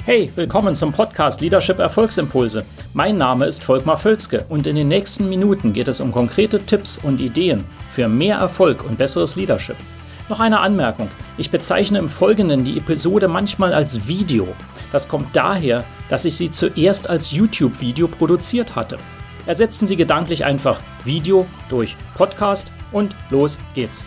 Hey, willkommen zum Podcast Leadership Erfolgsimpulse. Mein Name ist Volkmar Völzke und in den nächsten Minuten geht es um konkrete Tipps und Ideen für mehr Erfolg und besseres Leadership. Noch eine Anmerkung. Ich bezeichne im Folgenden die Episode manchmal als Video. Das kommt daher, dass ich sie zuerst als YouTube-Video produziert hatte. Ersetzen Sie gedanklich einfach Video durch Podcast und los geht's.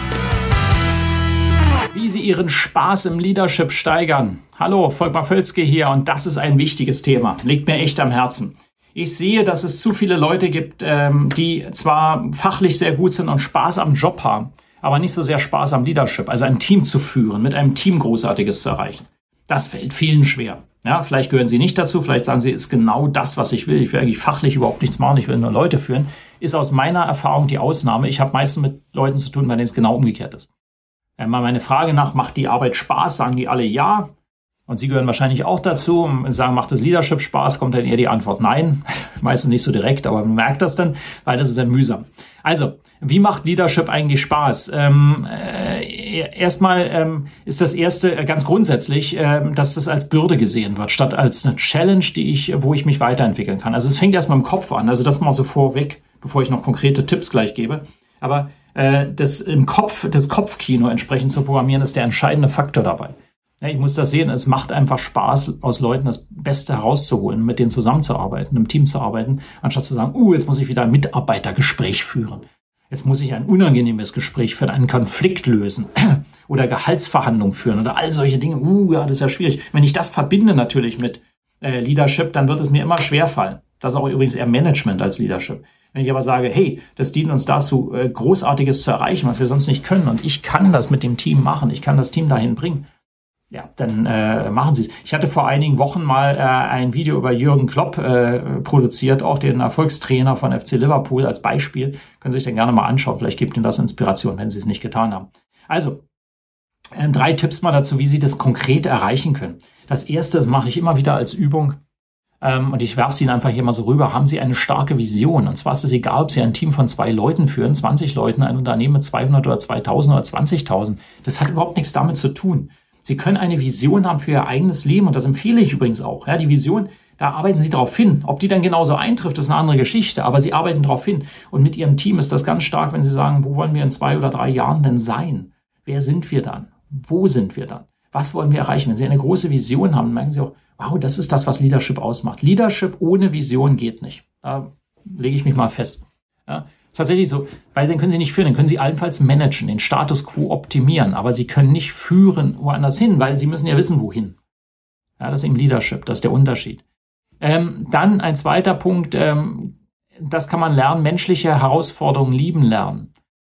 Wie Sie Ihren Spaß im Leadership steigern. Hallo, Volkmar Völzke hier und das ist ein wichtiges Thema. Liegt mir echt am Herzen. Ich sehe, dass es zu viele Leute gibt, die zwar fachlich sehr gut sind und Spaß am Job haben, aber nicht so sehr Spaß am Leadership, also ein Team zu führen, mit einem Team Großartiges zu erreichen. Das fällt vielen schwer. Ja, vielleicht gehören Sie nicht dazu, vielleicht sagen Sie, ist genau das, was ich will. Ich will eigentlich fachlich überhaupt nichts machen, ich will nur Leute führen. Ist aus meiner Erfahrung die Ausnahme. Ich habe meistens mit Leuten zu tun, bei denen es genau umgekehrt ist. Mal meine Frage nach, macht die Arbeit Spaß? Sagen die alle ja. Und Sie gehören wahrscheinlich auch dazu. Und sagen, macht das Leadership Spaß? Kommt dann eher die Antwort nein. Meistens nicht so direkt, aber man merkt das dann, weil das ist dann mühsam. Also, wie macht Leadership eigentlich Spaß? Erstmal ist das Erste ganz grundsätzlich, dass das als Bürde gesehen wird, statt als eine Challenge, wo ich mich weiterentwickeln kann. Also es fängt erstmal im Kopf an. Also das mal so vorweg, bevor ich noch konkrete Tipps gleich gebe. Aber das Kopfkino entsprechend zu programmieren, ist der entscheidende Faktor dabei. Ja, ich muss das sehen, es macht einfach Spaß, aus Leuten das Beste herauszuholen, mit denen zusammenzuarbeiten, im Team zu arbeiten, anstatt zu sagen, jetzt muss ich wieder ein Mitarbeitergespräch führen. Jetzt muss ich ein unangenehmes Gespräch führen, einen Konflikt lösen oder Gehaltsverhandlungen führen oder all solche Dinge. Ja, das ist ja schwierig. Wenn ich das verbinde natürlich mit Leadership, dann wird es mir immer schwerfallen. Das ist auch übrigens eher Management als Leadership. Wenn ich aber sage, hey, das dient uns dazu, Großartiges zu erreichen, was wir sonst nicht können und ich kann das mit dem Team machen, ich kann das Team dahin bringen, ja, dann machen Sie es. Ich hatte vor einigen Wochen mal ein Video über Jürgen Klopp produziert, auch den Erfolgstrainer von FC Liverpool als Beispiel. Können Sie sich dann gerne mal anschauen, vielleicht gibt Ihnen das Inspiration, wenn Sie es nicht getan haben. Also, 3 Tipps mal dazu, wie Sie das konkret erreichen können. Das Erste, das mache ich immer wieder als Übung, und ich werfe es Ihnen einfach hier mal so rüber, haben Sie eine starke Vision. Und zwar ist es egal, ob Sie ein Team von 2 Leuten führen, 20 Leuten, ein Unternehmen mit 200 oder 2000 oder 20.000. Das hat überhaupt nichts damit zu tun. Sie können eine Vision haben für Ihr eigenes Leben und das empfehle ich übrigens auch. Ja, die Vision, da arbeiten Sie darauf hin. Ob die dann genauso eintrifft, ist eine andere Geschichte, aber Sie arbeiten darauf hin. Und mit Ihrem Team ist das ganz stark, wenn Sie sagen, wo wollen wir in 2 oder 3 Jahren denn sein? Wer sind wir dann? Wo sind wir dann? Was wollen wir erreichen? Wenn Sie eine große Vision haben, merken Sie auch, wow, das ist das, was Leadership ausmacht. Leadership ohne Vision geht nicht. Da lege ich mich mal fest. Ja, ist tatsächlich so, weil dann können Sie nicht führen, dann können Sie allenfalls managen, den Status quo optimieren, aber Sie können nicht führen woanders hin, weil Sie müssen ja wissen, wohin. Ja, das ist eben Leadership, das ist der Unterschied. Dann ein zweiter Punkt, das kann man lernen, menschliche Herausforderungen lieben lernen.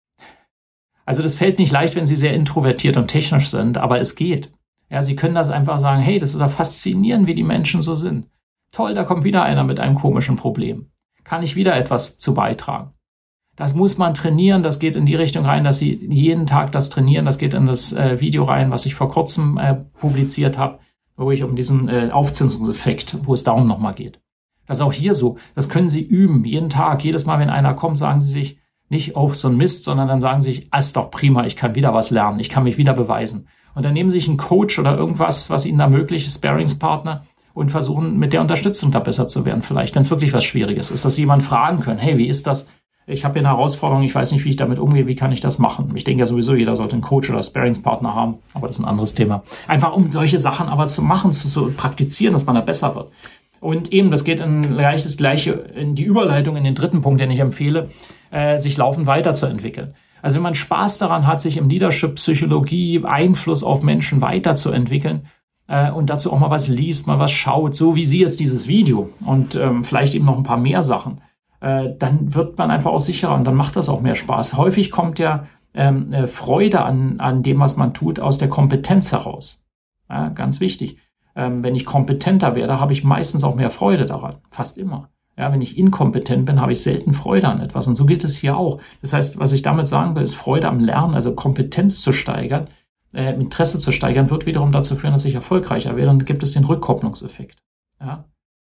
Also das fällt nicht leicht, wenn Sie sehr introvertiert und technisch sind, aber es geht. Ja, Sie können das einfach sagen, hey, das ist ja faszinierend, wie die Menschen so sind. Toll, da kommt wieder einer mit einem komischen Problem. Kann ich wieder etwas zu beitragen? Das muss man trainieren, das geht in die Richtung rein, dass Sie jeden Tag das trainieren. Das geht in das Video rein, was ich vor kurzem publiziert habe, wo ich um diesen Aufzinsungseffekt, wo es darum nochmal geht. Das ist auch hier so, das können Sie üben, jeden Tag. Jedes Mal, wenn einer kommt, sagen Sie sich nicht, so ein Mist, sondern dann sagen Sie sich, ist doch prima, ich kann wieder was lernen, ich kann mich wieder beweisen. Und dann nehmen Sie sich einen Coach oder irgendwas, was Ihnen ermöglicht, Sparringspartner, und versuchen mit der Unterstützung da besser zu werden vielleicht, wenn es wirklich was Schwieriges ist, dass Sie jemanden fragen können, hey, wie ist das? Ich habe hier eine Herausforderung, ich weiß nicht, wie ich damit umgehe, wie kann ich das machen? Ich denke ja sowieso, jeder sollte einen Coach oder Sparringspartner haben, aber das ist ein anderes Thema. Einfach um solche Sachen aber zu machen, zu praktizieren, dass man da besser wird. Und eben, das geht gleich das Gleiche in die Überleitung in den 3. Punkt, den ich empfehle, sich laufend weiterzuentwickeln. Also wenn man Spaß daran hat, sich im Leadership, Psychologie, Einfluss auf Menschen weiterzuentwickeln und dazu auch mal was liest, mal was schaut, so wie Sie jetzt dieses Video und vielleicht eben noch ein paar mehr Sachen, dann wird man einfach auch sicherer und dann macht das auch mehr Spaß. Häufig kommt ja Freude an dem, was man tut, aus der Kompetenz heraus. Ja, ganz wichtig. Wenn ich kompetenter werde, habe ich meistens auch mehr Freude daran. Fast immer. Ja, wenn ich inkompetent bin, habe ich selten Freude an etwas. Und so gilt es hier auch. Das heißt, was ich damit sagen will, ist Freude am Lernen, also Kompetenz zu steigern, Interesse zu steigern, wird wiederum dazu führen, dass ich erfolgreicher werde. Und dann gibt es den Rückkopplungseffekt. Ja.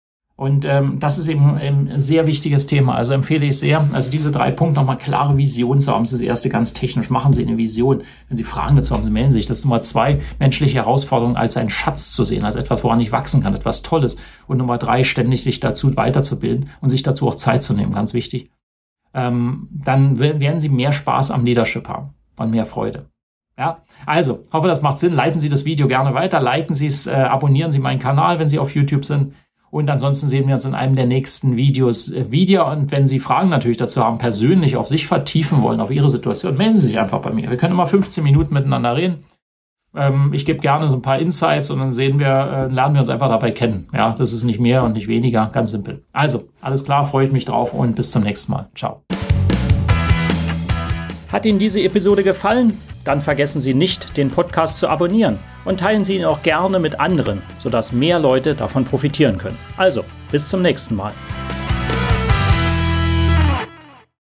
Und das ist eben ein sehr wichtiges Thema. Also empfehle ich sehr, also diese 3 Punkte nochmal klare Vision zu haben. Das ist das erste ganz technisch. Machen Sie eine Vision. Wenn Sie Fragen dazu haben, Sie melden sich. Das ist Nummer 2, menschliche Herausforderungen als einen Schatz zu sehen, als etwas, woran ich wachsen kann, etwas Tolles. Und Nummer 3, ständig sich dazu weiterzubilden und sich dazu auch Zeit zu nehmen. Ganz wichtig. Dann werden Sie mehr Spaß am Leadership haben und mehr Freude. Ja, also, hoffe, das macht Sinn. Leiten Sie das Video gerne weiter, liken Sie es, abonnieren Sie meinen Kanal, wenn Sie auf YouTube sind. Und ansonsten sehen wir uns in einem der nächsten Videos wieder. Und wenn Sie Fragen natürlich dazu haben, persönlich auf sich vertiefen wollen, auf Ihre Situation, melden Sie sich einfach bei mir. Wir können immer 15 Minuten miteinander reden. Ich gebe gerne so ein paar Insights und dann lernen wir uns einfach dabei kennen. Ja, das ist nicht mehr und nicht weniger, ganz simpel. Also, alles klar, freue ich mich drauf und bis zum nächsten Mal. Ciao. Hat Ihnen diese Episode gefallen? Dann vergessen Sie nicht, den Podcast zu abonnieren und teilen Sie ihn auch gerne mit anderen, sodass mehr Leute davon profitieren können. Also, bis zum nächsten Mal.